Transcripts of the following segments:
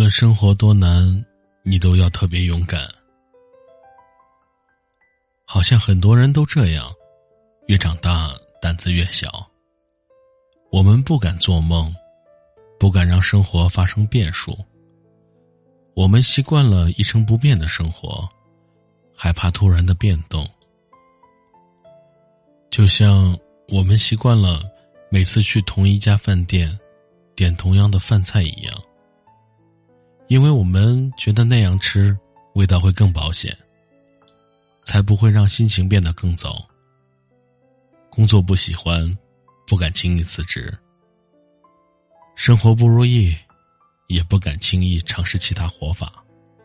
论生活多难，你都要特别勇敢。好像很多人都这样，越长大胆子越小。我们不敢做梦，不敢让生活发生变数。我们习惯了一成不变的生活，害怕突然的变动。就像我们习惯了每次去同一家饭店点同样的饭菜一样，因为我们觉得那样吃味道会更保险，才不会让心情变得更糟。工作不喜欢，不敢轻易辞职；生活不如意，也不敢轻易尝试其他活法。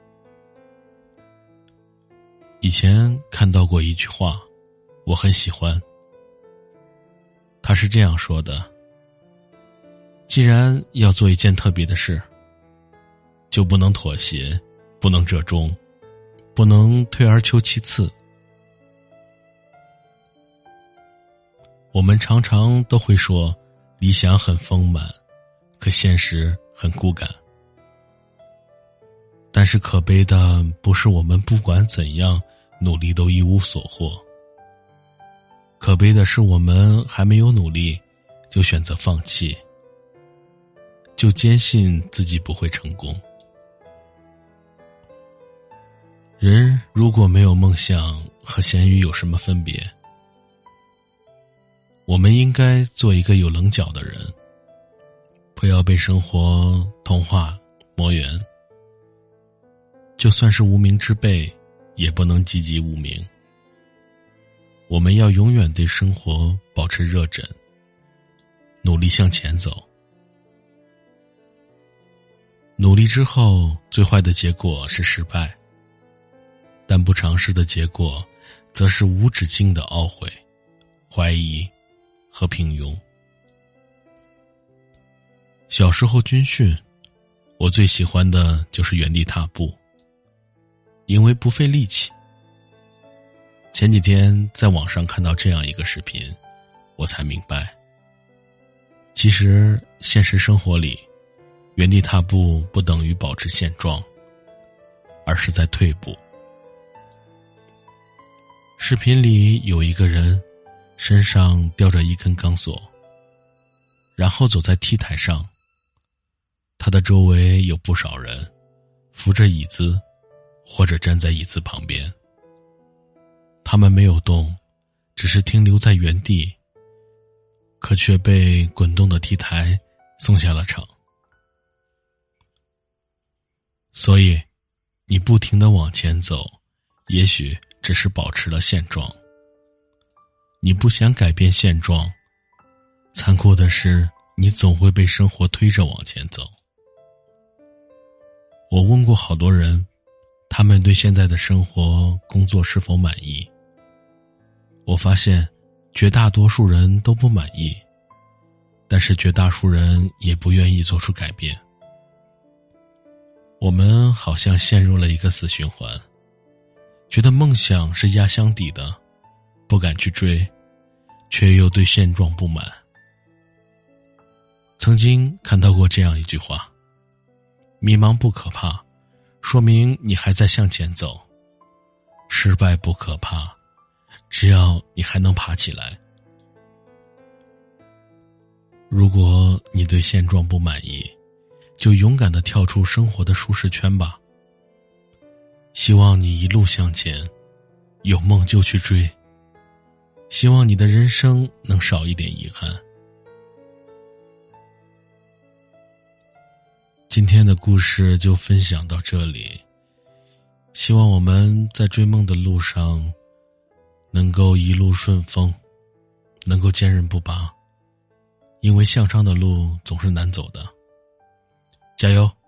以前看到过一句话，我很喜欢。他是这样说的：既然要做一件特别的事，就不能妥协，不能折中，不能退而求其次。我们常常都会说理想很丰满，可现实很骨感。但是可悲的不是我们不管怎样努力都一无所获，可悲的是我们还没有努力就选择放弃，就坚信自己不会成功。人如果没有梦想，和咸鱼有什么分别？我们应该做一个有棱角的人，不要被生活同化磨圆。就算是无名之辈，也不能籍籍无名。我们要永远对生活保持热忱，努力向前走。努力之后，最坏的结果是失败，但不尝试的结果，则是无止境的懊悔、怀疑和平庸。小时候军训，我最喜欢的就是原地踏步，因为不费力气。前几天在网上看到这样一个视频，我才明白，其实现实生活里，原地踏步不等于保持现状，而是在退步。视频里有一个人身上吊着一根钢索，然后走在 T 台上，他的周围有不少人扶着椅子或者站在椅子旁边，他们没有动，只是停留在原地，可却被滚动的 T 台送下了场。所以你不停地往前走，也许只是保持了现状。你不想改变现状，残酷的是你总会被生活推着往前走。我问过好多人，他们对现在的生活工作是否满意？我发现绝大多数人都不满意，但是绝大多数人也不愿意做出改变。我们好像陷入了一个死循环，觉得梦想是压箱底的，不敢去追，却又对现状不满。曾经看到过这样一句话：迷茫不可怕，说明你还在向前走；失败不可怕，只要你还能爬起来。如果你对现状不满意，就勇敢地跳出生活的舒适圈吧。希望你一路向前，有梦就去追。希望你的人生能少一点遗憾。今天的故事就分享到这里，希望我们在追梦的路上能够一路顺风，能够坚韧不拔，因为向上的路总是难走的。加油！